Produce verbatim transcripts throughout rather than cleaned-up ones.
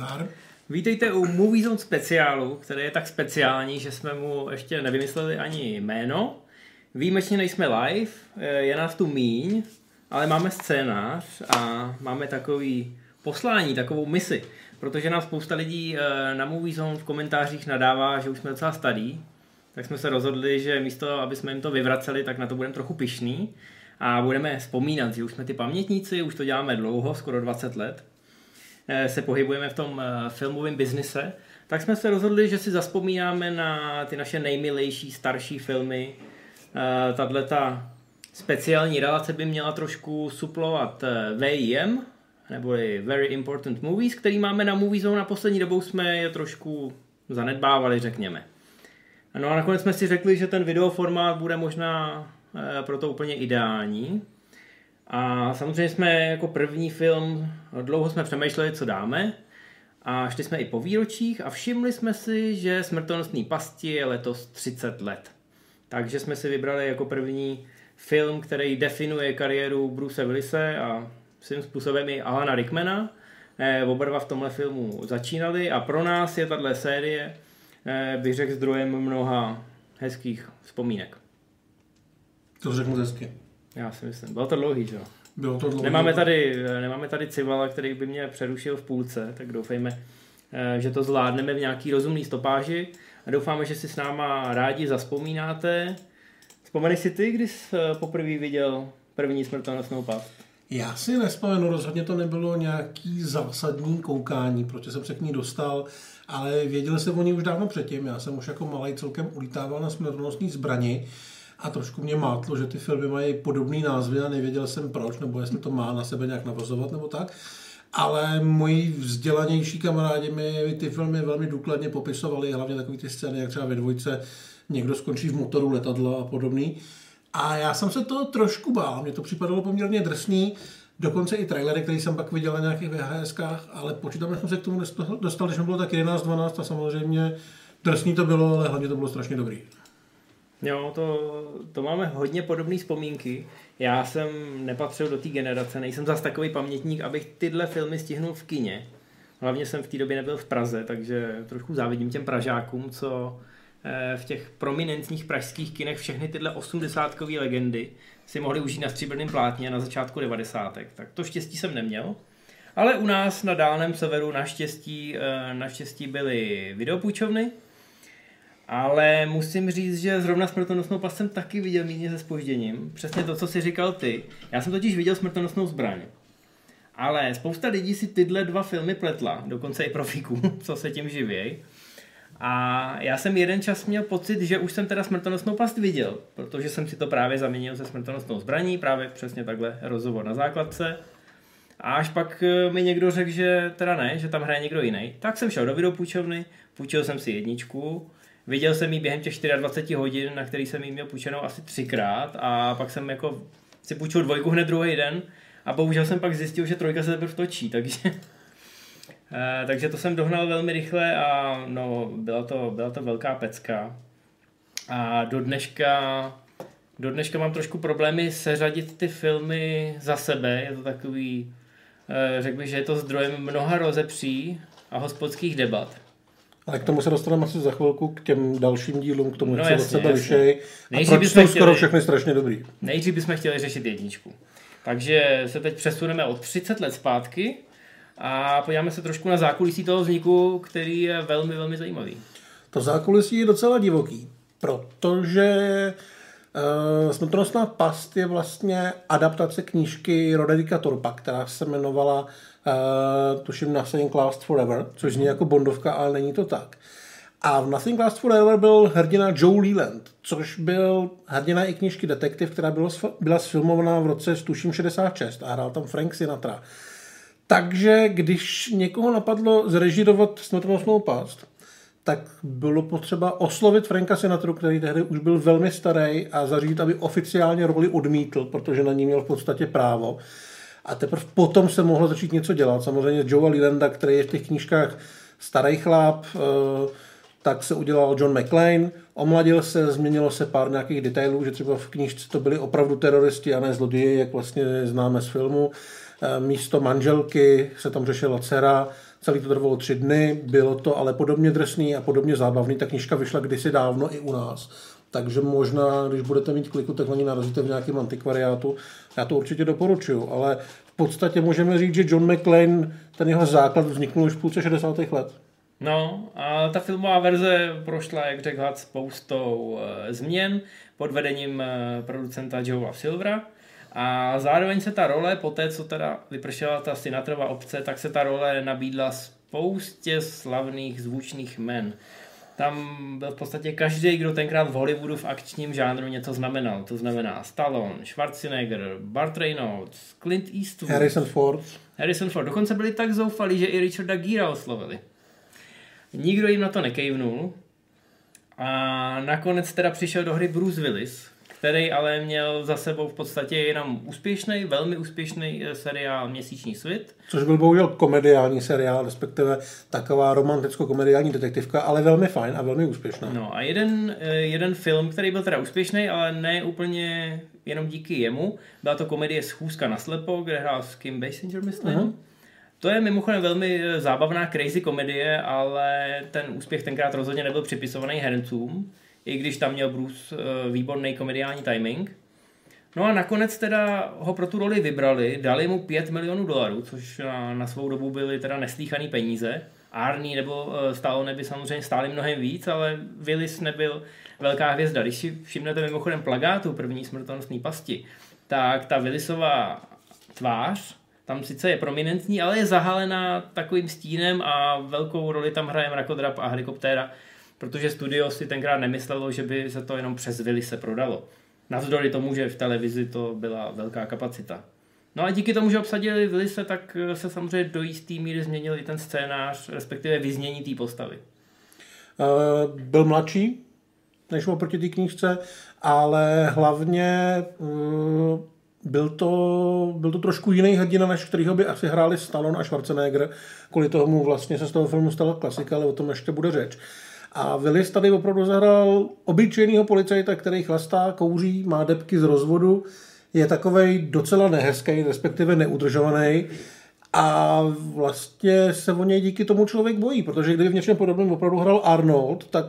Nazdar. Vítejte u Movie Zone speciálu, který je tak speciální, že jsme mu ještě nevymysleli ani jméno. Výjimečně nejsme live, je nás tu míň, ale máme scénář a máme takový poslání, takovou misi, protože nám spousta lidí na Movie Zone v komentářích nadává, že už jsme docela starý, tak jsme se rozhodli, že místo, aby jsme jim to vyvraceli, tak na to budeme trochu pyšný a budeme vzpomínat, že už jsme ty pamětníci, už to děláme dlouho, skoro dvacet let, se pohybujeme v tom filmovém biznise, tak jsme se rozhodli, že si zavzpomínáme na ty naše nejmilejší starší filmy. Tato speciální relace by měla trošku suplovat V I M, neboli Very Important Movies, který máme na Movie Zone a poslední dobou jsme je trošku zanedbávali, řekněme. No a nakonec jsme si řekli, že ten videoformát bude možná proto úplně ideální. A samozřejmě jsme jako první film, dlouho jsme přemýšleli, co dáme a šli jsme i po výročích a všimli jsme si, že Smrtonosný pasti je letos třicet let. Takže jsme si vybrali jako první film, který definuje kariéru Bruce Willise a svým způsobem i Alana Rickmana. Oba dva v tomhle filmu začínali a pro nás je tato série, bych řekl, zdrojem mnoha hezkých vzpomínek. To řeknu hezky. Já si myslím. Bylo to dlouhý, že jo? Bylo to dlouhý. Nemáme tady, nemáme tady Civala, který by mě přerušil v půlce, tak doufejme, že to zvládneme v nějaký rozumný stopáži a doufáme, že si s náma rádi zavzpomínáte. Vzpomeneš si ty, když jsi poprvé viděl první Smrtonosnou past? Já si nespomenu, rozhodně to nebylo nějaký zásadní koukání, protože jsem se k ní dostal, ale věděl jsem o ní už dávno předtím. Já jsem už jako malej celkem ulítával na Smrtonosný zbrani. A trošku mě mátlo, že ty filmy mají podobný názvy a nevěděl jsem proč, nebo jestli to má na sebe nějak navazovat, nebo tak. Ale moji vzdělanější kamarádi mi ty filmy velmi důkladně popisovali, hlavně takové ty scény, jak třeba ve dvojce někdo skončí v motoru letadla a podobný. A já jsem se to trošku bál, mně to připadalo poměrně drsný, dokonce i trailery, který jsem pak viděl na nějakých V H S kách, ale počítám, že jsem se k tomu dostal, když mi bylo tak jedenáct dvanáct a samozřejmě drsný to bylo, ale hlavně to bylo strašně dobrý. Jo, to, to máme hodně podobné vzpomínky. Já jsem nepatřil do té generace, nejsem zas takový pamětník, abych tyhle filmy stihnul v kině. Hlavně jsem v té době nebyl v Praze, takže trošku závidím těm Pražákům, co v těch prominentních pražských kinech všechny tyhle osmdesátkové legendy si mohli užít na stříbrném plátně na začátku devadesátek. Tak to štěstí jsem neměl. Ale u nás na dálném severu naštěstí, naštěstí byly videopůjčovny. Ale musím říct, že zrovna Smrtonosnou past jsem taky viděl mírně se zpožděním. Přesně to, co jsi říkal ty. Já jsem totiž viděl Smrtonosnou zbraň. Ale spousta lidí si tyhle dva filmy pletla, dokonce i profíků, co se tím živějí. A já jsem jeden čas měl pocit, že už jsem teda Smrtonosnou past viděl, protože jsem si to právě zaměnil se Smrtonosnou zbraní, právě přesně takhle rozhovor na základce. A až pak mi někdo řekl, že teda ne, že tam hraje někdo jiný. Tak jsem šel do videopůjčovny, půjčil jsem si jedničku. Viděl jsem ji během těch dvacet čtyři hodin, na který jsem ji měl půjčenou asi třikrát a pak jsem jako si půjčil dvojku hned druhý den a bohužel jsem pak zjistil, že trojka se teprve točí, takže, takže to jsem dohnal velmi rychle a no, byla to, byla to velká pecka. A do dneška, do dneška mám trošku problémy seřadit ty filmy za sebe, je to takový, řekl bych, že je to zdrojem mnoha rozepří a hospodských debat. Ale k tomu se dostaneme asi za chvilku, k těm dalším dílům, k tomu, jak no, se jasně, od sebe jasně. lišej. A proč jsou skoro všechny strašně dobrý. Nejdřív bychom chtěli řešit jedničku. Takže se teď přesuneme o třicet let zpátky a podíváme se trošku na zákulisí toho vzniku, který je velmi, velmi zajímavý. To zákulisí je docela divoký, protože uh, Smrtonosná past je vlastně adaptace knížky Rodericka Thorpa, která se jmenovala Uh, tuším Nothing Lasts Forever, což zní jako bondovka, ale není to tak. A v Nothing Lasts Forever byl hrdina Joe Leland, což byl hrdina i knížky Detektiv, která byla, byla sfilmovaná v roce tuším šedesát šest a hrál tam Frank Sinatra. Takže když někoho napadlo zrežírovat Smrtonosnou past, tak bylo potřeba oslovit Franka Sinatru, který tehdy už byl velmi starý a zařídit, aby oficiálně roli odmítl, protože na ní měl v podstatě právo. A teprve potom se mohlo začít něco dělat. Samozřejmě Joea Lelanda, který je v těch knížkách starý chlap, tak se udělal John McClane, omladil se, změnilo se pár nějakých detailů, že třeba v knížce to byli opravdu teroristi a ne zloději, jak vlastně známe z filmu. Místo manželky se tam řešila dcera, celý to trvalo tři dny, bylo to ale podobně drsný a podobně zábavný. Ta knížka vyšla kdysi dávno i u nás. Takže možná, když budete mít kliku, tak na ní narazíte v nějakém antikvariátu. Já to určitě doporučuju, ale v podstatě můžeme říct, že John McClane, ten jeho základ vzniknul už v půlce šedesátých let. No a ta filmová verze prošla, jak řekl Had, spoustou e, změn pod vedením e, producenta Joea Silvera a zároveň se ta role, po té, co teda vypršela ta Sinatrova obce, tak se ta role nabídla spoustě slavných zvučných men. Tam byl v podstatě každý, kdo tenkrát v Hollywoodu v akčním žánru něco znamenal. To znamená Stallone, Schwarzenegger, Burt Reynolds, Clint Eastwood, Harrison Ford. Harrison Ford. Dokonce byli tak zoufalí, že i Richarda Gera oslovili. Nikdo jim na to nekejvnul a nakonec teda přišel do hry Bruce Willis, který ale měl za sebou v podstatě jenom úspěšný, velmi úspěšný seriál Měsíční svit. Což byl bohužel komediální seriál, respektive taková romanticko-komediální detektivka, ale velmi fajn a velmi úspěšná. No a jeden, jeden film, který byl teda úspěšný, ale ne úplně jenom díky jemu, byla to komedie Schůzka naslepo, kde hrál s Kim Basinger, myslím. Uh-huh. To je mimochodem velmi zábavná crazy komedie, ale ten úspěch tenkrát rozhodně nebyl připisovaný hercům, i když tam měl Bruce výborný komediální timing. No a nakonec teda ho pro tu roli vybrali, dali mu pět milionů dolarů, což na, na svou dobu byly teda neslýchaný peníze. Arnie nebo Stallone by samozřejmě stáli mnohem víc, ale Willis nebyl velká hvězda. Když si všimnete mimochodem plagátu první smrtonosné pasti, tak ta Willisová tvář tam sice je prominentní, ale je zahalená takovým stínem a velkou roli tam hraje mrakodrap a helikoptéra, protože studio si tenkrát nemyslelo, že by se to jenom přes Willise prodalo. Navzdory tomu, že v televizi to byla velká kapacita. No a díky tomu, že obsadili Willise, tak se samozřejmě do jistý míry změnil i ten scénář, respektive vyznění té postavy. Uh, byl mladší, než oproti té knížce, ale hlavně uh, byl to, byl to trošku jiný hrdina, než kterýho by asi hráli Stallone a Schwarzenegger. Kvůli tomu vlastně se z toho filmu stala klasika, ale o tom ještě bude řeč. A Willis tady opravdu zahrál obyčejného policajta, který chlastá, kouří, má debky z rozvodu, je takovej docela nehezký, respektive neudržovaný a vlastně se o něj díky tomu člověk bojí, protože kdyby v něčem podobném opravdu hrál Arnold, tak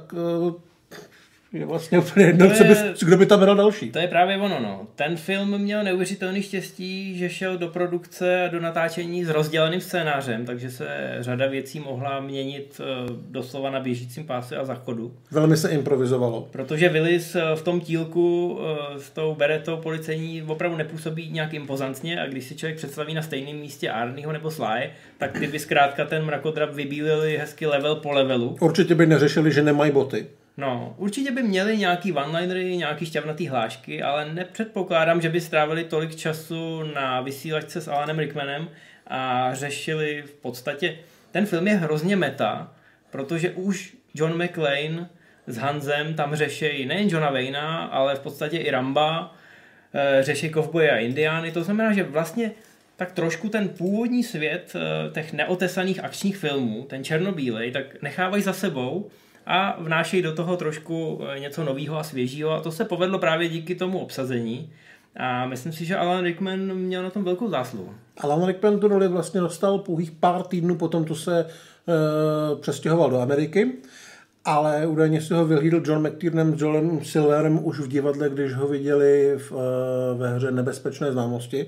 je vlastně úplně jedno, je, by, kdo by tam hrál další. To je právě ono, no. Ten film měl neuvěřitelný štěstí, že šel do produkce a do natáčení s rozděleným scénářem, takže se řada věcí mohla měnit doslova na běžícím páse a za chodu. Velmi se improvizovalo. Protože Willis v tom tílku s tou beretou policejní opravdu nepůsobí nějak impozantně a když si člověk představí na stejném místě Arnieho nebo Sly, tak ty by zkrátka ten mrakodrap vybílili hezky level po levelu. Určitě by neřešili, že nemají boty. No, určitě by měli nějaký one-linery, nějaký šťavnatý hlášky, ale nepředpokládám, že by strávili tolik času na vysílačce s Alanem Rickmanem a řešili v podstatě... Ten film je hrozně meta, protože už John McClane s Hansem tam řeší nejen Johna Wayna, ale v podstatě i Ramba, řeší kovboje a indiány. To znamená, že vlastně tak trošku ten původní svět těch neotesaných akčních filmů, ten černobílej, tak nechávají za sebou a vnášejí do toho trošku něco nového a svěžího a to se povedlo právě díky tomu obsazení a myslím si, že Alan Rickman měl na tom velkou zásluhu. Alan Rickman tu roli vlastně dostal pouhých pár týdnů potom, co se e, přestěhoval do Ameriky, ale údajně si ho vyhlídl John McTiernan s Joelem Silverem už v divadle, když ho viděli v, e, ve hře Nebezpečné známosti.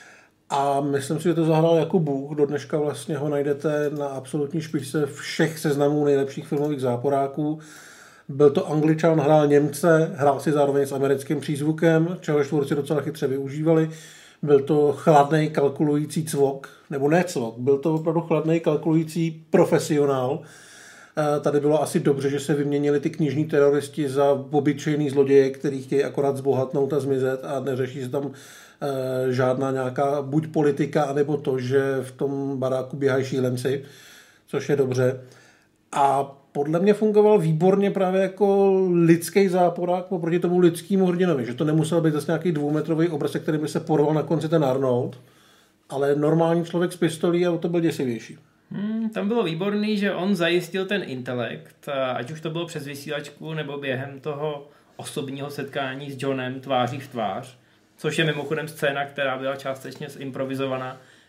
A myslím si, že to zahrál jako bůh. Do dneška vlastně ho najdete na absolutní špičce všech seznamů nejlepších filmových záporáků. Byl to Angličan, hrál Němce, hrál si zároveň s americkým přízvukem, čehož tvůrci docela chytře využívali. Byl to chladný kalkulující cvok, nebo ne cvok, byl to opravdu chladný kalkulující profesionál. Tady bylo asi dobře, že se vyměnili ty knižní teroristi za obyčejný zloděje, který chtějí akorát zbohatnout a zmizet a neřeší se tam žádná nějaká buď politika, anebo to, že v tom baráku běhají šílenci, což je dobře. A podle mě fungoval výborně právě jako lidský záporák oproti tomu lidskému hrdinovi, že to nemusel být zase nějaký dvoumetrový obraz, který by se porval na konci ten Arnold, ale normální člověk s pistolí a to byl děsivější. Hmm, tam bylo výborný, že on zajistil ten intelekt, ať už to bylo přes vysílačku nebo během toho osobního setkání s Johnem tváří v tvář, což je mimochodem scéna, která byla částečně zimprovizovaná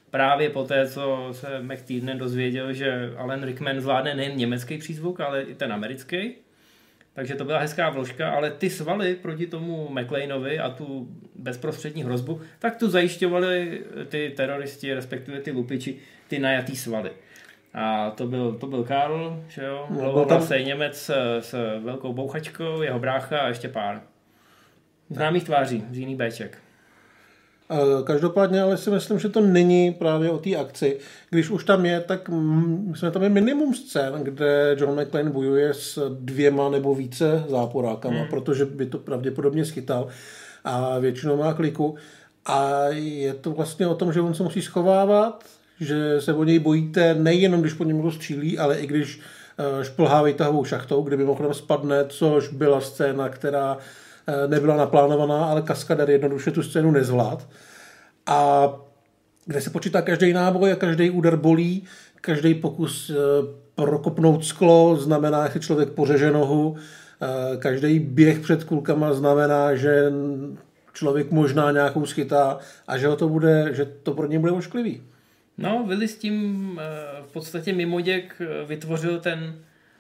právě po té, co se McTiernan dozvěděl, že Alan Rickman zvládne nejen německý přízvuk, ale i ten americký. Takže to byla hezká vložka, ale ty svaly proti tomu McLeanovi a tu bezprostřední hrozbu, tak tu zajišťovali ty teroristi, respektive ty lupiči, ty najatý svaly. A to byl, to byl Karl, že jo, dlouhovlasej Němec s, s velkou bouchačkou, jeho brácha a ještě pár známých tváří z jiných béček. Každopádně ale si myslím, že to není právě o té akci. Když už tam je, tak myslím, tam je minimum scén, kde John McClane bojuje s dvěma nebo více záporákama, hmm. protože by to pravděpodobně schytal a většinou má kliku. A je to vlastně o tom, že on se musí schovávat, že se o něj bojíte nejenom, když po něm střílí, ale i když šplhá výtahovou šachtou, kde mimochodem spadne, což byla scéna, která nebyla naplánovaná, ale kaskader jednoduše tu scénu nezvlád. A kde se počítá každý náboj a každý úder bolí, každý pokus prokopnout sklo znamená, jestli člověk pořeže nohu, každý běh před kulkama znamená, že člověk možná nějakou schytá a že, ho to, bude, že to pro něj bude ošklivý. No, Willy s tím v podstatě mimoděk vytvořil ten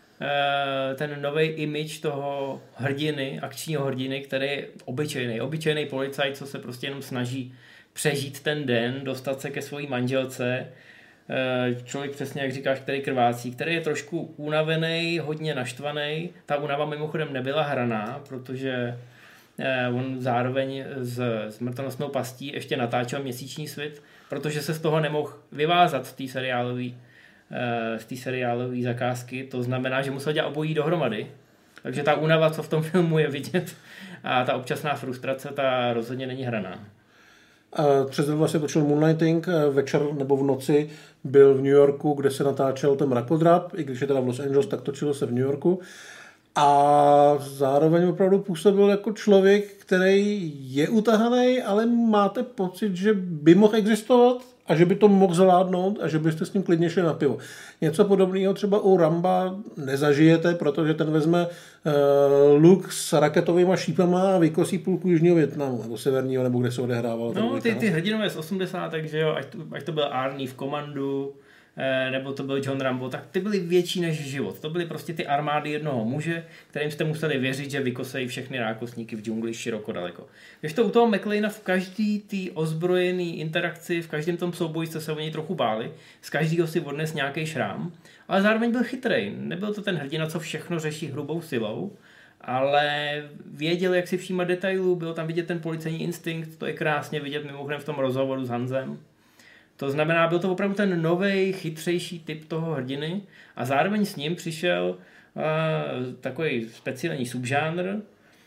ten nový image toho hrdiny, akčního hrdiny, který je obyčejný, obyčejný policajt, co se prostě jenom snaží přežít ten den, dostat se ke své manželce, člověk přesně, jak říkáš, který krvácí, který je trošku unavený, hodně naštvaný. Ta únava mimochodem nebyla hraná, protože on zároveň s Smrtonosnou pastí ještě natáčel Měsíční svit, protože se z toho nemohl vyvázat z té seriálové z té seriálové zakázky, to znamená, že musel dělat obojí dohromady. Takže ta únava, co v tom filmu je vidět, a ta občasná frustrace, ta rozhodně není hraná. Přes rok vlastně točil Moonlighting, večer nebo v noci byl v New Yorku, kde se natáčel ten Mrakodrap, i když je teda v Los Angeles, tak točilo se v New Yorku. A zároveň opravdu působil jako člověk, který je utahaný, ale máte pocit, že by mohl existovat a že by to mohl zvládnout a že byste s ním klidně šli na pivo. Něco podobného třeba u Ramba nezažijete, protože ten vezme uh, luk s raketovými šípama a vykosí půlku Jižního Vietnamu, nebo Severního, nebo kde se odehrával. No, ty, ty hrdinové z osmdesátek, že jo, ať to, ať to byl Arnie v Komandu, nebo to byl John Rambo, tak ty byly větší než život. To byly prostě ty armády jednoho muže, kterým jste museli věřit, že vykosejí všechny rákosníky v džungli široko daleko. Když to u toho McClanea v každý té ozbrojené interakci, v každém tom souboji jste se o něj trochu báli, z každého si odnes nějaký šrám, ale zároveň byl chytrej. Nebyl to ten hrdina, co všechno řeší hrubou silou, ale věděl, jak si všímat detailů, byl tam vidět ten policejní instinkt, to je krásně vidět mimochodem v tom rozhovoru s Hansem. To znamená, byl to opravdu ten novej, chytřejší typ toho hrdiny a zároveň s ním přišel uh, takový speciální subžánr. Uh,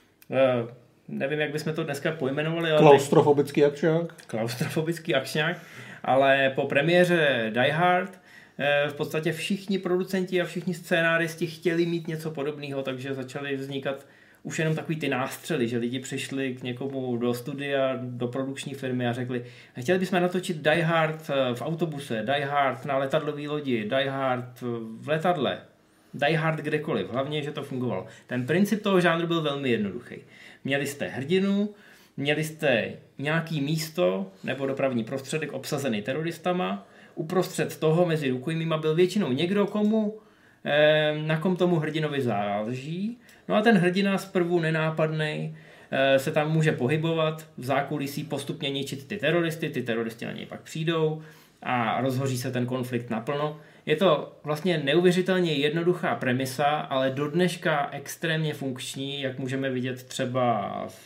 nevím, jak bychom to dneska pojmenovali. Klaustrofobický akčňák. Klaustrofobický akčňák, ale po premiéře Die Hard uh, v podstatě všichni producenti a všichni scénáristi chtěli mít něco podobného, takže začaly vznikat už jenom takový ty nástřely, že lidi přišli k někomu do studia, do produkční firmy a řekli, chtěli bychom natočit Die Hard v autobuse, Die Hard na letadlové lodi, Die Hard v letadle, Die Hard kdekoliv, hlavně, že to fungovalo. Ten princip toho žánru byl velmi jednoduchý. Měli jste hrdinu, měli jste nějaký místo nebo dopravní prostředek obsazený teroristama, uprostřed toho mezi rukojmíma byl většinou někdo, komu, na kom tomu hrdinovi záleží. No a ten hrdina zprvu nenápadnej se tam může pohybovat, v zákulisí postupně ničit ty teroristy, ty teroristi na něj pak přijdou a rozhoří se ten konflikt naplno. Je to vlastně neuvěřitelně jednoduchá premisa, ale do dneška extrémně funkční, jak můžeme vidět třeba v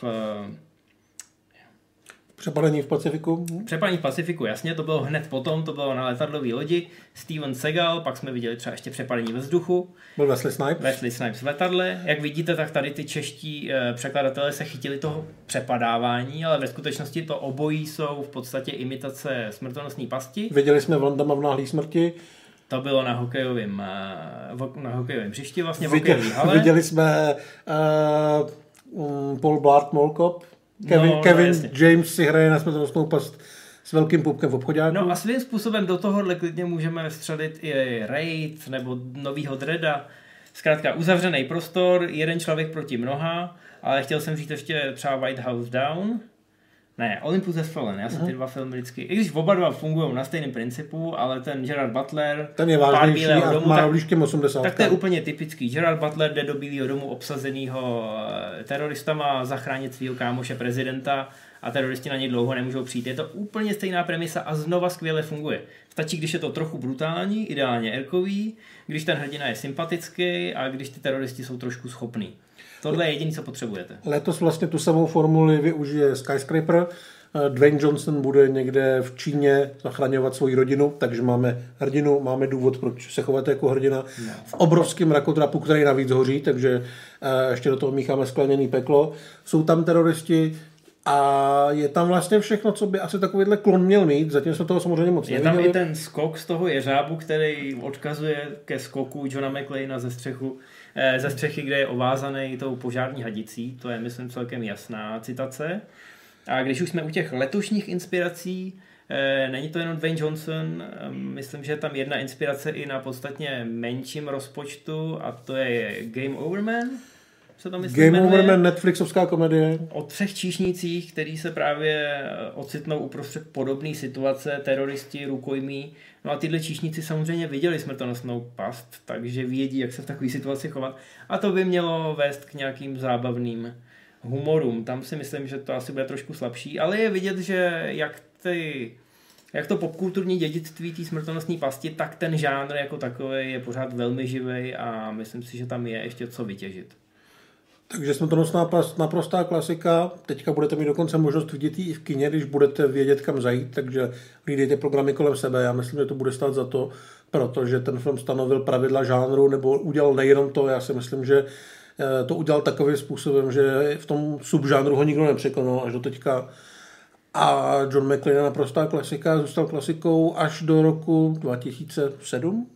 Přepadení v Pacifiku. Přepadení v Pacifiku, jasně, to bylo hned potom, to bylo na letadlové lodi. Steven Seagal, pak jsme viděli třeba ještě Přepadení ve vzduchu. Byl Wesley Snipes. Wesley Snipes v letadle. Jak vidíte, tak tady ty čeští eh, překladatelé se chytili toho přepadávání, ale ve skutečnosti to obojí jsou v podstatě imitace Smrtonosné pasti. Viděli jsme Vandama v Náhlé smrti. To bylo na hokejovém, na hokejovém hřišti, vlastně v Viděli, hokejové hale. Viděli jsme uh, Paul Blart Mall Cop. Kevin, no, Kevin no, James si hraje na Smrtonosnou past s velkým pupkem v obchodáku. No a svým způsobem do tohohle klidně můžeme vstřelit i Raid nebo novýho Dredda. Zkrátka uzavřený prostor, jeden člověk proti mnoha, ale chtěl jsem říct ještě třeba White House Down, Ne, Olympus Has Fallen, já jsem ty dva filmy vždycky, i když oba dva fungují na stejném principu, ale ten Gerard Butler, ten je vážnější a domu, má blíž těm osmdesát. Tak to je úplně typický. Gerard Butler jde do Bílého domu obsazenýho teroristama zachránit svého kámoše prezidenta a teroristi na něj dlouho nemůžou přijít. Je to úplně stejná premisa a znova skvěle funguje. Stačí, když je to trochu brutální, ideálně erkový, když ten hrdina je sympatický a když ty teroristi jsou trošku schopný. Tohle je jediné, co potřebujete. Letos vlastně tu samou formuli využije Skyscraper. Dwayne Johnson bude někde v Číně zachraňovat svoji rodinu, takže máme hrdinu, máme důvod, proč se chovat jako hrdina no. v obrovském rakotrapu, který navíc hoří, takže ještě do toho mícháme skleněný peklo. Jsou tam teroristi a je tam vlastně všechno, co by asi takovýhle klon měl mít, zatím jsme toho samozřejmě moc neviděli. Je tam i ten skok z toho jeřábu, který odkazuje ke skoku Johna McClanea ze střechu, ze střechy, kde je ovázaný tou požární hadicí, to je, myslím, celkem jasná citace. A když už jsme u těch letošních inspirací, eh, není to jenom Dwayne Johnson, eh, myslím, že je tam jedna inspirace i na podstatně menším rozpočtu a to je Game Over Man. Se to myslím Game Over Man, Netflixovská komedie. O třech číšnících, který se právě ocitnou uprostřed podobné situace, teroristi, rukojmí. No a tyhle číšníci samozřejmě viděli smrtonosnou past, takže vědí, jak se v takové situaci chovat. A to by mělo vést k nějakým zábavným humorům. Tam si myslím, že to asi bude trošku slabší, ale je vidět, že jak, ty, jak to popkulturní dědictví té smrtonosné pasti, tak ten žánr jako takový je pořád velmi živý a myslím si, že tam je ještě co vytěžit. Takže smrtonosná past, naprostá klasika. Teďka budete mít dokonce možnost vidět ji i v kině, když budete vědět, kam zajít, takže hlídejte programy kolem sebe. Já myslím, že to bude stát za to, protože ten film stanovil pravidla žánru, nebo udělal nejenom to, já si myslím, že to udělal takovým způsobem, že v tom subžánru ho nikdo nepřekonal až do teďka. A John McClane, naprostá klasika, zůstal klasikou až do roku dva tisíce sedm?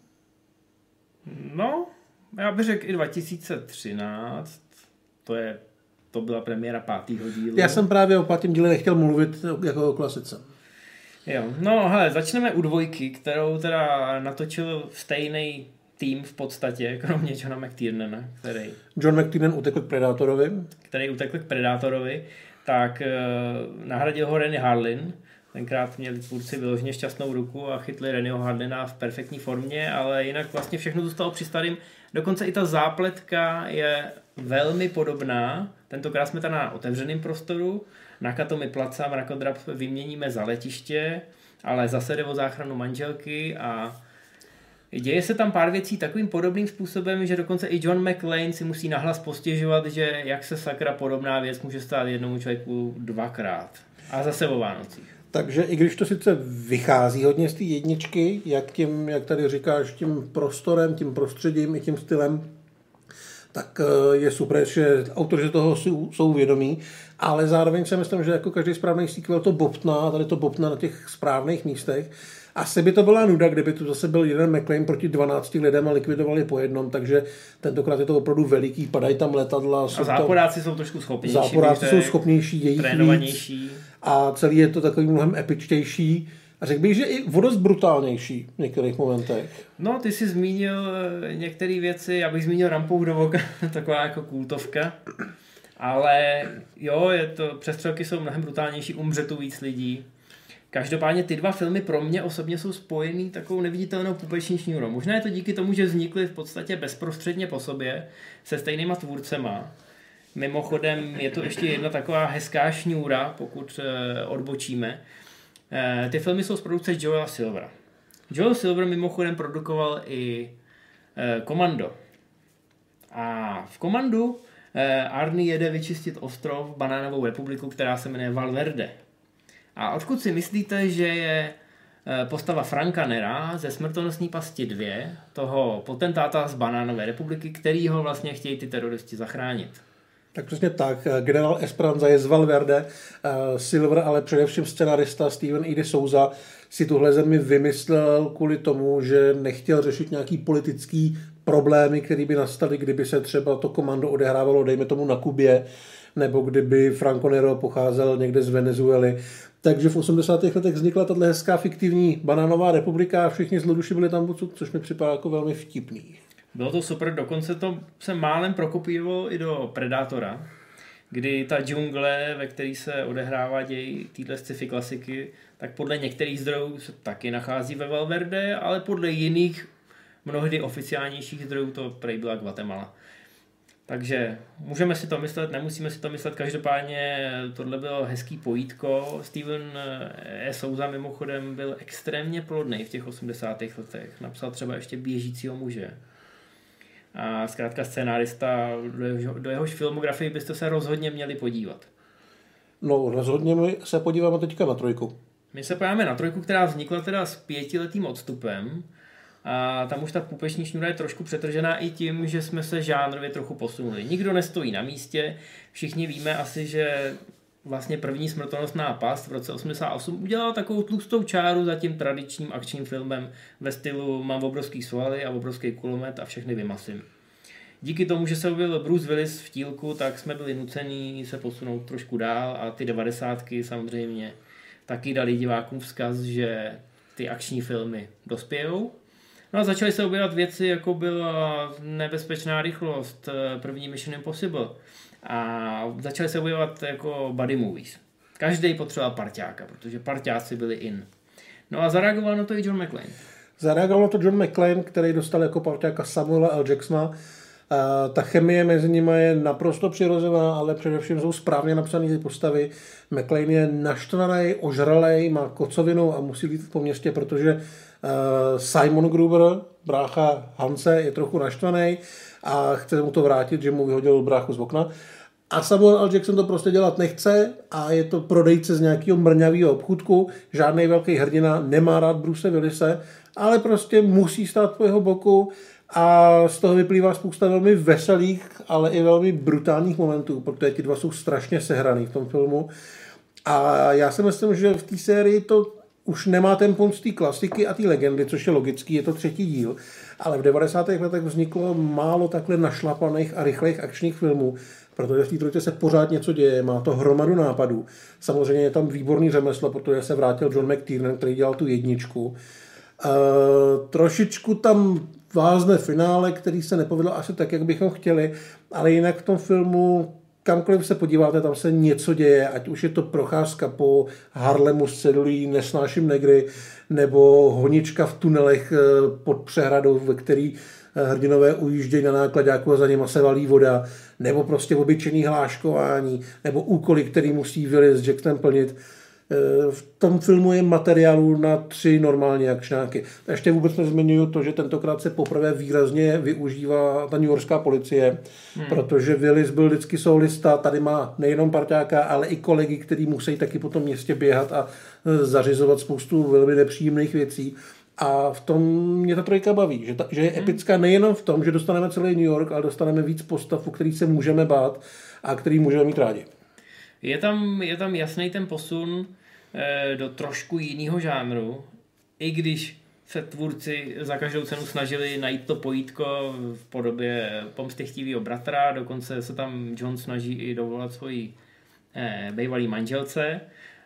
No, já bych řekl i dva tisíce třináct. To je, to byla premiéra pátého dílu. Já jsem právě o pátém díle nechtěl mluvit jako o klasice. Jo, no hele, začneme u dvojky, kterou teda natočil stejný tým v podstatě, kromě Johna McTiernana, který... John McTiernan utekl k Predátorovi. Který utekl k Predátorovi, tak uh, nahradil ho Renny Harlin. Tenkrát měli tvůrci vyloženě šťastnou ruku a chytli Rennyho Harlina v perfektní formě, ale jinak vlastně všechno zůstalo při starým. Dokonce i ta zápletka je velmi podobná. Tentokrát jsme tam na otevřeném prostoru. Nakatomi Placa mrakodrap vyměníme za letiště, ale zase jde o záchranu manželky a děje se tam pár věcí takovým podobným způsobem, že dokonce i John McClane si musí nahlas postěžovat, že jak se sakra podobná věc může stát jednomu člověku dvakrát. A zase o Vánocích. Takže i když to sice vychází hodně z té jedničky, jak tím, jak tady říkáš, tím prostorem, tím prostředím i tím stylem, tak je super, že autoři toho jsou, jsou vědomí, ale zároveň si myslím, že jako každý správný sequel to bobtná, tady to bobtná na těch správných místech. Asi by to byla nuda, kdyby tu zase byl jeden McClane proti dvanácti lidem a likvidovali po jednom, takže tentokrát je to opravdu veliký, padají tam letadla. A záporáci jsou trošku schopnější. Záporáci jsou schopnější, jejich trénovanější. Víc, a celý je to takový mnohem epičtější. A řekl bych, že i o dost brutálnější v některých momentech. No, ty jsi zmínil některé věci, já bych zmínil Rampou do voka, taková jako kultovka. Ale jo, je to, přestřelky jsou mnohem brutálnější, umře tu víc lidí. Každopádně ty dva filmy pro mě osobně jsou spojený takovou neviditelnou pupeční šňůrou. Možná je to díky tomu, že vznikly v podstatě bezprostředně po sobě se stejnýma tvůrcema. Mimochodem je to ještě jedna taková hezká šňůra, pokud e, odbočíme. E, ty filmy jsou z produkce Joela Silvera. Joel Silver mimochodem produkoval i e, Komando. A v Komandu e, Arnie jede vyčistit ostrov Banánovou republiku, která se jmenuje Valverde. A odkud si myslíte, že je postava Franka Nera ze Smrtonosné pasti dva, toho potentáta z Banánové republiky, který ho vlastně chtějí ty teroristi zachránit? Tak přesně tak. Generál Esperanza je z Valverde, Silver, ale především scenarista Steven E. de Souza si tuhle zemi vymyslel kvůli tomu, že nechtěl řešit nějaký politický problémy, které by nastaly, kdyby se třeba to komando odehrávalo, dejme tomu na Kubě, nebo kdyby Franco Nero pocházel někde z Venezuely. Takže v osmdesátých letech vznikla tato hezká fiktivní Banánová republika a všichni zloduši byli tam odsud, což mi připadá jako velmi vtipný. Bylo to super, dokonce to se málem prokopírovalo i do Predátora. kdy ta džungle, ve které se odehrává děj téhle sci-fi klasiky, tak podle některých zdrojů se taky nachází ve Valverde, ale podle jiných, mnohdy oficiálnějších zdrojů to prej byla Guatemala. Takže můžeme si to myslet, nemusíme si to myslet, každopádně tohle bylo hezký pojítko. Steven E. Souza mimochodem byl extrémně plodný v těch osmdesátých letech. Napsal třeba ještě Běžícího muže. A zkrátka scénárista, do, jeho, do jehož filmografii byste se rozhodně měli podívat. No, rozhodně my se podíváme teďka na trojku. My se podíváme na trojku, která vznikla teda s pětiletým odstupem. A tam už ta půpeční šňůra je trošku přetržená i tím, že jsme se žánrově trochu posunuli. Nikdo nestojí na místě, všichni víme asi, že vlastně první Smrtonosná past v roce osmdesát osm udělala takovou tlustou čáru za tím tradičním akčním filmem ve stylu mám obrovský svaly a obrovský kulomet a všechny vymasím. Díky tomu, že se objevil Bruce Willis v tílku, tak jsme byli nuceni se posunout trošku dál a ty devadesátky samozřejmě taky dali divákům vzkaz, že ty akční filmy dospějou. No a začaly se objevat věci, jako byla Nebezpečná rychlost, první Mission Impossible. A začaly se objevovat jako buddy movies. Každý potřeboval parťáka, protože parťáci byli in. No a zareagoval na to i John McClane. Zareagoval na to John McClane, který dostal jako parťáka Samuela L. Jacksona. A ta chemie mezi nimi je naprosto přirozená, ale především jsou správně napsané postavy. McClane je naštvaný, ožralej, má kocovinu a musí jít po městě, protože uh, Simon Gruber, brácha Hanse, je trochu naštvaný a chce mu to vrátit, že mu vyhodil bráchu z okna. A Samuel L. Jackson to prostě dělat nechce a je to prodejce z nějakého mrňavého obchůdku. Žádný velký hrdina nemá rád Bruce Willise, ale prostě musí stát po jeho boku. A z toho vyplývá spousta velmi veselých, ale i velmi brutálních momentů, protože ti dva jsou strašně sehraný v tom filmu. A já si myslím, že v té sérii to už nemá ten pon z té klasiky a té legendy, což je logický, je to třetí díl. Ale v devadesátých letech vzniklo málo takhle našlapaných a rychlých akčních filmů, protože v té trojce se pořád něco děje, má to hromadu nápadů. Samozřejmě je tam výborný řemeslo, protože se vrátil John McTiernan, který dělal tu jedničku. Uh, trošičku tam vázne finále, který se nepovedl asi tak, jak bychom chtěli, ale jinak v tom filmu, kamkoliv se podíváte, tam se něco děje, ať už je to procházka po Harlemu s cedulí Nesnáším negry, nebo honička v tunelech pod přehradou, ve který hrdinové ujíždějí na náklaďáku a za něma se valí voda, nebo prostě obyčejný hláškování, nebo úkoly, který musí Willis s Jacksonem plnit. V tom filmu je materiálu na tři normální akčňáky. Ještě vůbec nezmiňuju to, že tentokrát se poprvé výrazně využívá ta newyorská policie, hmm. protože Willis byl vždycky solista, tady má nejenom parťáka, ale i kolegy, kteří musí taky po tom městě běhat a zařizovat spoustu velmi nepříjemných věcí. A v tom mě ta trojka baví, že, ta, že je epická nejenom v tom, že dostaneme celý New York, ale dostaneme víc postav, o který se můžeme bát a který můžeme mít rádi. Je tam, je tam jasný ten posun eh, do trošku jiného žánru, i když se tvůrci za každou cenu snažili najít to pojítko v podobě pomstychtivého bratra, dokonce se tam John snaží i dovolat svoji eh, bývalý manželce,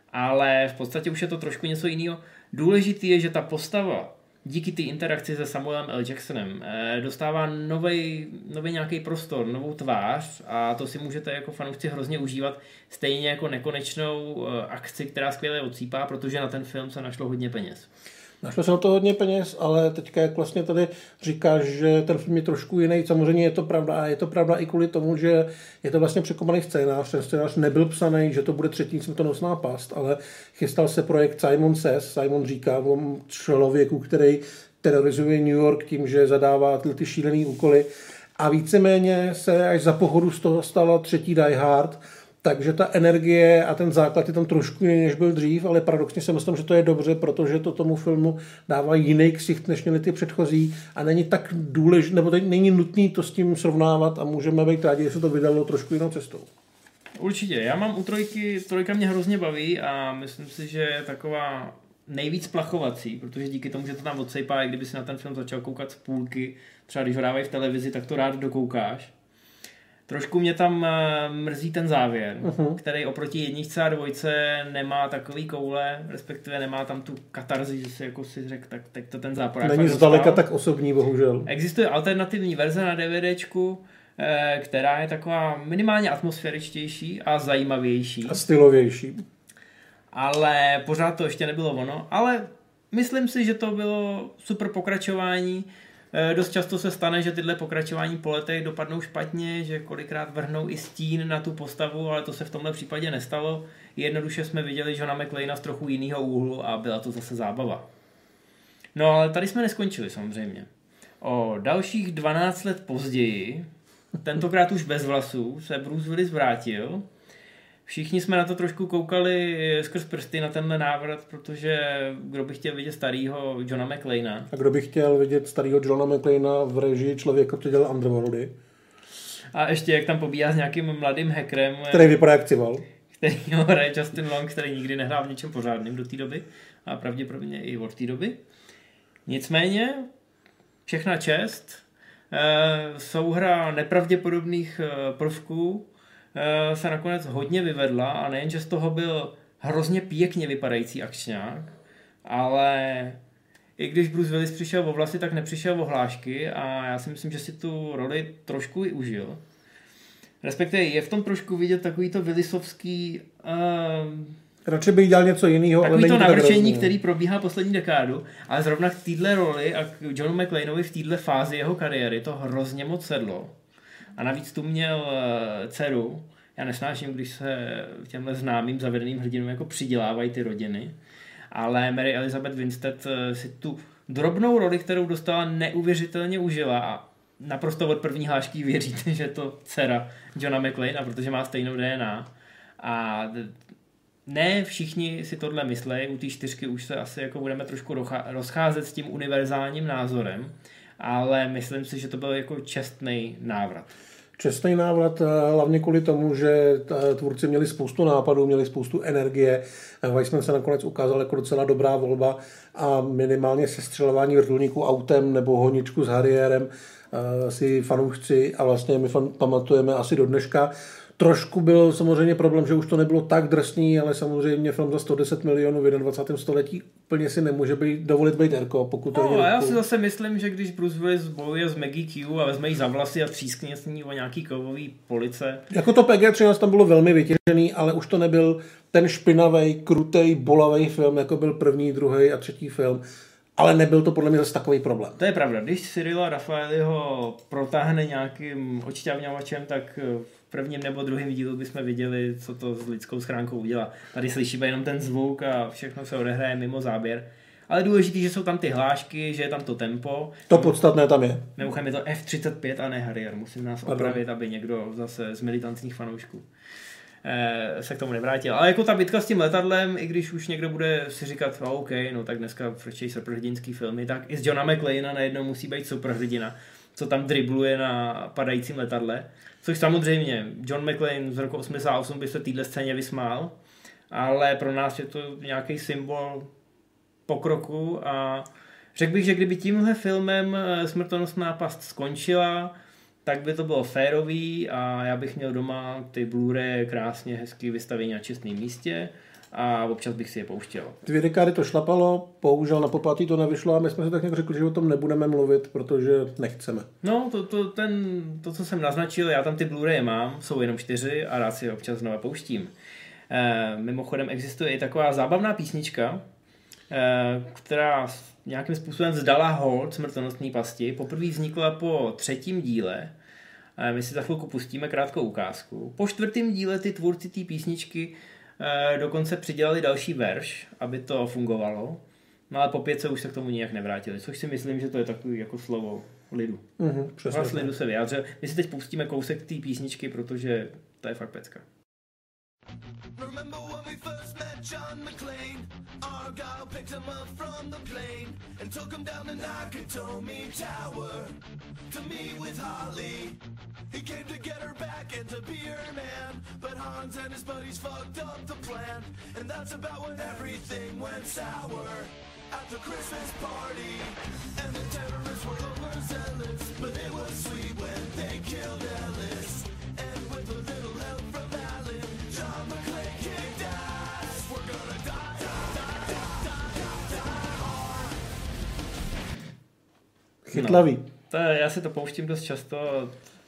ale v podstatě už je to trošku něco jiného. Důležitý je, že ta postava díky té interakci se Samuelem L. Jacksonem eh, dostává novej, novej nějaký prostor, novou tvář a to si můžete jako fanoušci hrozně užívat, stejně jako nekonečnou eh, akci, která skvěle odsýpá, protože na ten film se našlo hodně peněz. Našlo se na to hodně peněz, ale teďka jak vlastně tady říkáš, že ten film je trošku jiný, samozřejmě je to pravda a je to pravda i kvůli tomu, že je to vlastně překopaný scénář, ten scénář nebyl psaný, že to bude třetí Smrtonosná past, ale chystal se projekt Simon Says, Simon říká o člověku, který terorizuje New York tím, že zadává tyhle ty šílený úkoly a víceméně se až za pochodu z toho stala třetí Die Hard. Takže ta energie a ten základ je tam trošku jiný, než byl dřív, ale paradoxně si myslím, že to je dobře, protože to tomu filmu dává jiný ksicht, než měly ty předchozí a není tak důležité, nebo není nutný to s tím srovnávat a můžeme být rádi, že se to vydalo trošku jinou cestou. Určitě. Já mám u trojky, trojka mě hrozně baví a myslím si, že je taková nejvíc plachovací, protože díky tomu, že to tam odsejpá, i kdyby si na ten film začal koukat z půlky, třeba když ho dávají v televizi, tak to rád dokoukáš. Trošku mě tam mrzí ten závěr, uh-huh. který oproti jedničce a dvojce nemá takový koule, respektive nemá tam tu katarzi, že si jako si řekl, tak teď to ten záporák. Není zdaleka tak osobní, bohužel. Existuje alternativní verze na DVDčku, která je taková minimálně atmosféričtější a zajímavější. A stylovější. Ale pořád to ještě nebylo ono, ale myslím si, že to bylo super pokračování. Dost často se stane, že tyhle pokračování po letech dopadnou špatně, že kolikrát vrhnou i stín na tu postavu, ale to se v tomhle případě nestalo. Jednoduše jsme viděli Johna McClaina z trochu jiného úhlu a byla to zase zábava. No ale tady jsme neskončili samozřejmě. O dalších dvanáct let později, tentokrát už bez vlasů, se Bruce Willis vrátil. Všichni jsme na to trošku koukali skrz prsty na tenhle návrat, protože kdo by chtěl vidět starýho Johna McClaina. A kdo by chtěl vidět starýho Johna McClaina v režii člověka, který dělal Underworldy. A ještě jak tam pobíhá s nějakým mladým hackerem. Který vypadá jak Cival. Který ho hraje Justin Long, který nikdy nehrál v něčem pořádným do té doby. A pravděpodobně i od té doby. Nicméně, všechna čest. Souhra nepravděpodobných prvků se nakonec hodně vyvedla a nejen, že z toho byl hrozně pěkně vypadající akčňák, ale i když Bruce Willis přišel o vlasy, tak nepřišel o hlášky a já si myslím, že si tu roli trošku i užil. Respektive je v tom trošku vidět takový to Willisovský uh, radši bych dělal něco jiného. Takový to navrčení, který probíhá poslední dekádu, ale zrovna k téhle roli a k Johnu McClainovi v téhle fázi jeho kariéry to hrozně moc sedlo. A navíc tu měl dceru. Já nesnáším, když se těmhle známým zavedeným hrdinům jako přidělávají ty rodiny. Ale Mary Elizabeth Winstead si tu drobnou roli, kterou dostala, neuvěřitelně užila a naprosto od první hlášky věříte, že to dcera Johna McClaina, protože má stejnou D N A. A ne všichni si tohle myslejí, u té čtyřky už se asi jako budeme trošku rozcházet s tím univerzálním názorem, ale myslím si, že to byl jako čestný návrat. Čestný návrat hlavně kvůli tomu, že tvůrci měli spoustu nápadů, měli spoustu energie. Weissman se nakonec ukázal jako docela dobrá volba a minimálně sestřelování vrtulníků autem nebo honičku s Harrierem si fanoušci a vlastně my fan, pamatujeme asi do dneška. Trošku byl samozřejmě problém, že už to nebylo tak drsný, ale samozřejmě film za sto deset milionů v dvacátém prvním století úplně si nemůže být, dovolit být erko, pokud to no, a já si zase myslím, že když Bruce Willis bojuje s Maggie Q a vezme jí za vlasy a třískne s ní o nějaký kovový police. Jako to P G třináct tam bylo velmi vytěžený, ale už to nebyl ten špinavý, krutej, bolavý film, jako byl první, druhý a třetí film. Ale nebyl to podle mě zase takový problém. To je pravda. Když Cyrila Raffaelliho protáhne nějakým odšťavňovačem, tak v prvním nebo druhém dílu bychom viděli, co to s lidskou schránkou udělá. Tady slyšíme jenom ten zvuk a všechno se odehraje mimo záběr. Ale důležité, že jsou tam ty hlášky, že je tam to tempo. To podstatné tam je. Mimochodem je to F třicet pět a ne Harrier. Musím nás opravit, aby někdo zase z militantních fanoušků se k tomu nevrátil. Ale jako ta bitka s tím letadlem, i když už někdo bude si říkat, oh, OK, no tak dneska frčejí superhrdinský filmy, tak i z Johna McClaina najednou musí být superhrdina, co tam dribluje na padajícím letadle. Což samozřejmě, John McClane z roku osmdesát osm by se téhle scéně vysmál, ale pro nás je to nějaký symbol pokroku a řekl bych, že kdyby tímhle filmem Smrtonosná past skončila, tak by to bylo férový a já bych měl doma ty Blu-ray krásně hezky vystavení na čestném místě a občas bych si je pouštěl. Dvě dekády to šlapalo, bohužel na popátý to nevyšlo a my jsme si tak nějak řekli, že o tom nebudeme mluvit, protože nechceme. No, to, to, ten, to co jsem naznačil, já tam ty Blu-ray mám, jsou jenom čtyři a rád si je občas znova pouštím. E, mimochodem existuje i taková zábavná písnička, e, která nějakým způsobem vzdala hold Smrtonosné pasti. Poprvé vznikla po třetím díle. My si za chvilku pustíme krátkou ukázku. Po čtvrtém díle ty tvůrci té písničky dokonce přidělali další verš, aby to fungovalo. No ale po pětce už se k tomu nijak nevrátili. Což si myslím, že to je takový jako slovo lidu. Mm-hmm, Hlas lidu se vyjádřil. My si teď pustíme kousek té písničky, protože to je fakt pecka. Remember when we first met John McClane? Argyle picked him up from the plane and took him down to Nakatomi Tower to meet with Holly. He came to get her back and to be her man, but Hans and his buddies fucked up the plan, and that's about when everything went sour at the Christmas party. And the terrorists were overzealous, but it was sweet when they killed Ellis. And with a little help from Alan, John McClane kicked ass. We're gonna die, die, die, die, die, die hard. Chytlavý. No, to, já si to pouštím dost často.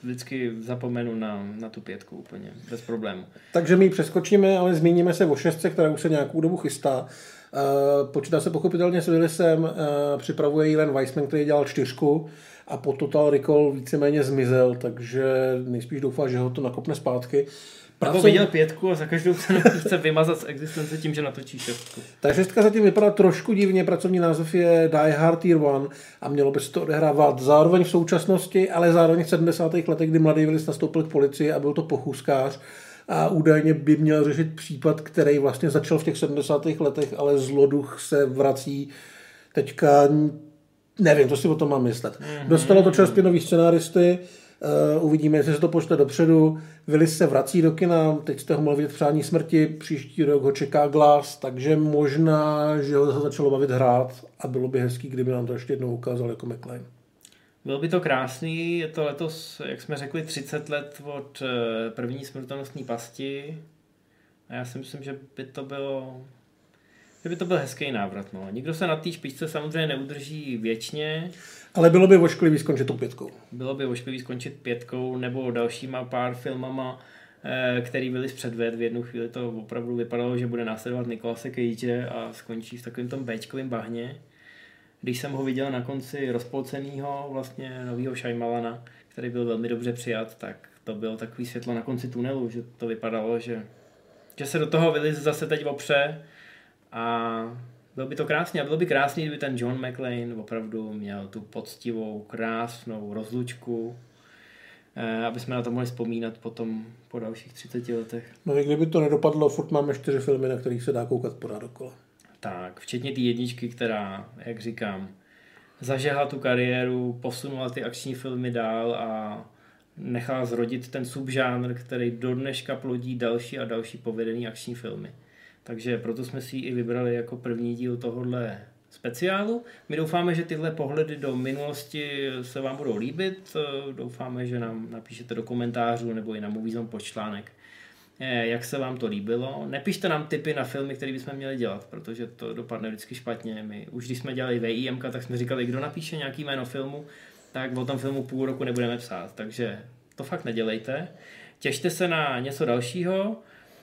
vždycky zapomenu na, na tu pětku úplně, bez problému. Takže my ji přeskočíme, ale zmíníme se o šestce, která už se nějakou dobu chystá. Uh, počítá se pochopitelně s Willisem, uh, připravuje ji Len Wiseman, který dělal čtyřku a po Total Recall víceméně zmizel, takže nejspíš doufá, že ho to nakopne zpátky. Nebo viděl pětku a za každou cenu chce vymazat z existence tím, že natočí šestku. Ta šestka zatím vypadá trošku divně, pracovní název je Die Hard Year One a mělo by se to odehrávat zároveň v současnosti, ale zároveň v sedmdesátých letech, kdy mladý Willis nastoupil k policii a byl to pochůzkář a údajně by měl řešit případ, který vlastně začal v těch sedmdesátých letech, ale zloduch se vrací teďka, nevím, co si o tom mám myslet. Mm-hmm. Dostalo to čerstvě nový scenáristy, Uh, uvidíme, jestli se to pošle dopředu. Willis se vrací do kina, teď jste ho mohli vidět v Přání smrti, příští rok ho čeká Glass, takže možná, že ho začalo bavit hrát a bylo by hezký, kdyby nám to ještě jednou ukázal jako McClane. Bylo by to krásný, je to letos, jak jsme řekli, třicet let od první smrtonosné pasti a já si myslím, že by to bylo že by to byl hezký návrat. No. Nikdo se na té špičce samozřejmě neudrží věčně. Ale bylo by ošklivý skončit tou pětkou. Bylo by ošklivý skončit pětkou nebo dalšíma pár filmama, který byli předved. V jednu chvíli to opravdu vypadalo, že bude následovat Nicolase Cage a skončí v takovém tom béčkovém bahně. Když jsem ho viděl na konci rozpolcenýho vlastně novýho Shyamalana, který byl velmi dobře přijat, tak to bylo takový světlo na konci tunelu, že to vypadalo, že, že se do toho Willis zase teď opře a bylo by to krásně a bylo by krásný, kdyby ten John McClane opravdu měl tu poctivou, krásnou rozlučku, aby jsme na to mohli vzpomínat potom po dalších třiceti letech. No i kdyby to nedopadlo, furt máme čtyři filmy, na kterých se dá koukat pořád dokola. Tak, včetně té jedničky, která, jak říkám, zažehla tu kariéru, posunula ty akční filmy dál a nechala zrodit ten subžánr, který do dneška plodí další a další povedený akční filmy. Takže proto jsme si ji i vybrali jako první díl tohohle speciálu. My doufáme, že tyhle pohledy do minulosti se vám budou líbit. Doufáme, že nám napíšete do komentářů nebo i na Moviezone pod článek, jak se vám to líbilo. Nepište nám tipy na filmy, které bychom měli dělat, protože to dopadne vždycky špatně. My už když jsme dělali V I M ka, tak jsme říkali, kdo napíše nějaký jméno filmu, tak o tom filmu půl roku nebudeme psát. Takže to fakt nedělejte. Těšte se na něco dalšího.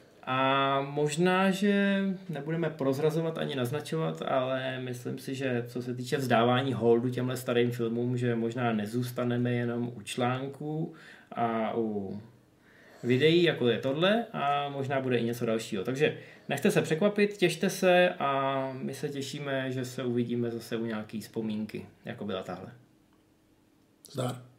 A možná, že nebudeme prozrazovat ani naznačovat, ale myslím si, že co se týče vzdávání holdu těmhle starým filmům, že možná nezůstaneme jenom u článků a u videí, jako je tohle, a možná bude i něco dalšího. Takže nechte se překvapit, těšte se a my se těšíme, že se uvidíme zase u nějaký vzpomínky, jako byla tahle. Zdar.